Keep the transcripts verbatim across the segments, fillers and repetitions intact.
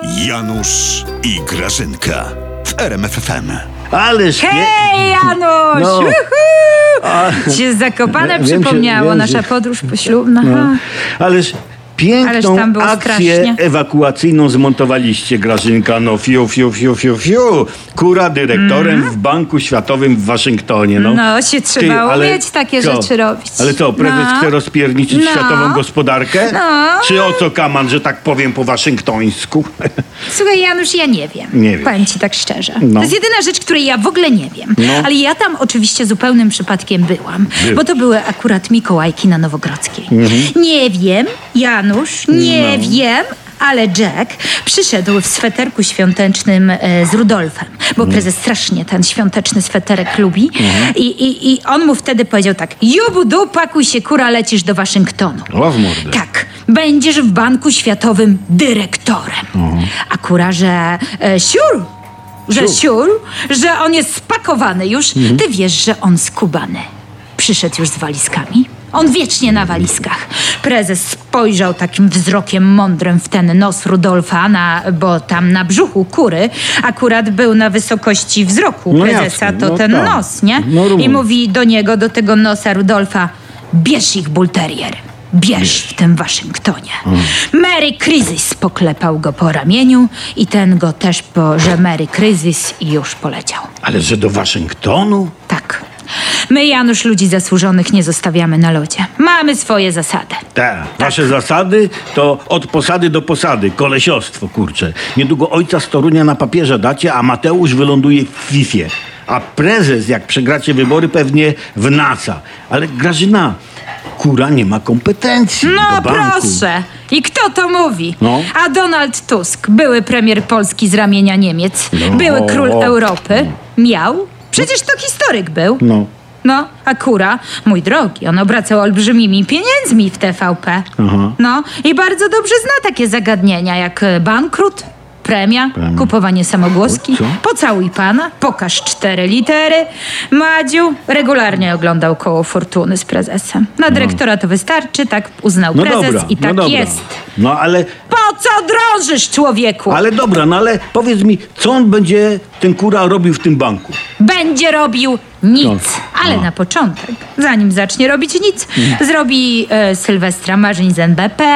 Janusz i Grażynka w R M F F M. Ależ Hej, Janusz! No. A, się Zakopane wiem, przypomniało, wiem, nasza że- podróż poślubna. No. Ha. Ależ piękną Ależ tam było akcję strasznie. ewakuacyjną zmontowaliście, Grażynka. No fiu, fiu, fiu, fiu, fiu. Kura dyrektorem w Banku Światowym w Waszyngtonie. No, No, się trzeba ale umieć takie co? rzeczy robić. Ale co, prezes No. chce rozpierniczyć No. światową gospodarkę? No. Czy o co kaman, że tak powiem po waszyngtońsku? Słuchaj, Janusz, ja nie wiem. Nie wiem. Powiem ci tak szczerze. No. To jest jedyna rzecz, której ja w ogóle nie wiem. No. Ale ja tam oczywiście zupełnym przypadkiem byłam. Byłeś. Bo to były akurat Mikołajki na Nowogrodzkiej. Nie wiem, Janusz, nie No. wiem, ale Jack przyszedł w sweterku świątecznym e, z Rudolfem, bo prezes strasznie ten świąteczny sweterek lubi. I, i, I on mu wtedy powiedział tak: Jubudu, pakuj się, kura, lecisz do Waszyngtonu. O, w mordę. Tak, będziesz w Banku Światowym dyrektorem. A kura, że e, siur, że Siur. siur, że on jest spakowany już. Ty wiesz, że on skubany. Przyszedł już z walizkami. On wiecznie na walizkach. Prezes spojrzał takim wzrokiem mądrym w ten nos Rudolfa, na, bo tam na brzuchu kury akurat był na wysokości wzroku No prezesa, jasne, to no ten tak. nos, nie? No I rozumiem. mówi do niego, do tego nosa Rudolfa: bierz ich, bulterier. Bierz w tym Waszyngtonie. Merry Kryzys poklepał go po ramieniu i ten go też po, że Merry Kryzys, i już poleciał. Ale że do Waszyngtonu? Tak. My, Janusz, ludzi zasłużonych nie zostawiamy na lodzie. Mamy swoje zasady. Tak, wasze zasady to od posady do posady, kolesiostwo, kurczę. Niedługo ojca z Torunia na papierze dacie, a Mateusz wyląduje w Fifie. A prezes, jak przegracie wybory, pewnie w NASA. Ale Grażyna, kura nie ma kompetencji No do banku. proszę. I kto to mówi? No. A Donald Tusk, były premier Polski z ramienia Niemiec, No. były król Europy, miał? Przecież to historyk był. No. No, a kura, mój drogi, on obracał olbrzymimi pieniędzmi w T V P. Aha. No i bardzo dobrze zna takie zagadnienia jak e, bankrut, premia, Premia. kupowanie samogłoski, Co? pocałuj pana, pokaż cztery litery. Madziu regularnie oglądał Koło Fortuny z prezesem. Na dyrektora to wystarczy, tak uznał No prezes dobra, i tak no dobra. jest. No ale, Po co drążysz, człowieku? ale dobra, no ale powiedz mi, co on będzie, ten kura, robił w tym banku? Będzie robił nic, No. ale A. na początek, zanim zacznie robić nic, zrobi e, Sylwestra marzeń z N B P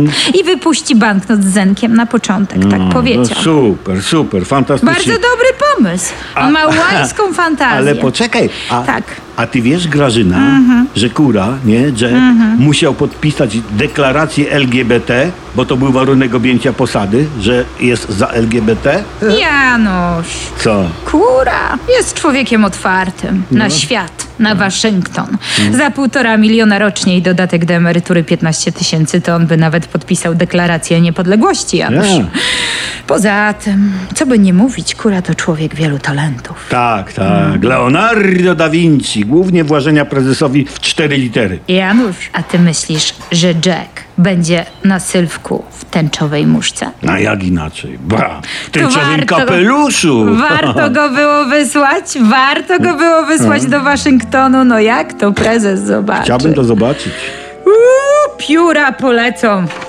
i wypuści banknot z zenkiem na początek, tak No, powiedział. no super, super, fantastycznie. Bardzo dobry pomysł. On ma łańską fantazję. Ale poczekaj, a, Tak. a ty wiesz, Grażyna, że kura, nie, Jack, musiał podpisać deklarację L G B T, bo to był warunek objęcia posady, że jest za L G B T? Janusz, Co? kura jest człowiekiem otwartym No. na świat, na Waszyngton. Za półtora miliona rocznie i dodatek do emerytury piętnaście tysięcy, to on by nawet podpisał deklarację niepodległości, Janusz. Nie. Poza tym, co by nie mówić, kura to człowiek wielu talentów. Tak, tak. Leonardo da Vinci, głównie włażenia prezesowi w cztery litery. Janusz, a ty myślisz, że Jack będzie na Sylwku w tęczowej muszce? A jak inaczej? Ba, w To tęczowym warto- kapeluszu. Warto go było wysłać, warto go było wysłać do Waszyngtonu. No jak to prezes zobaczy? Chciałbym to zobaczyć. Uuu, pióra polecą.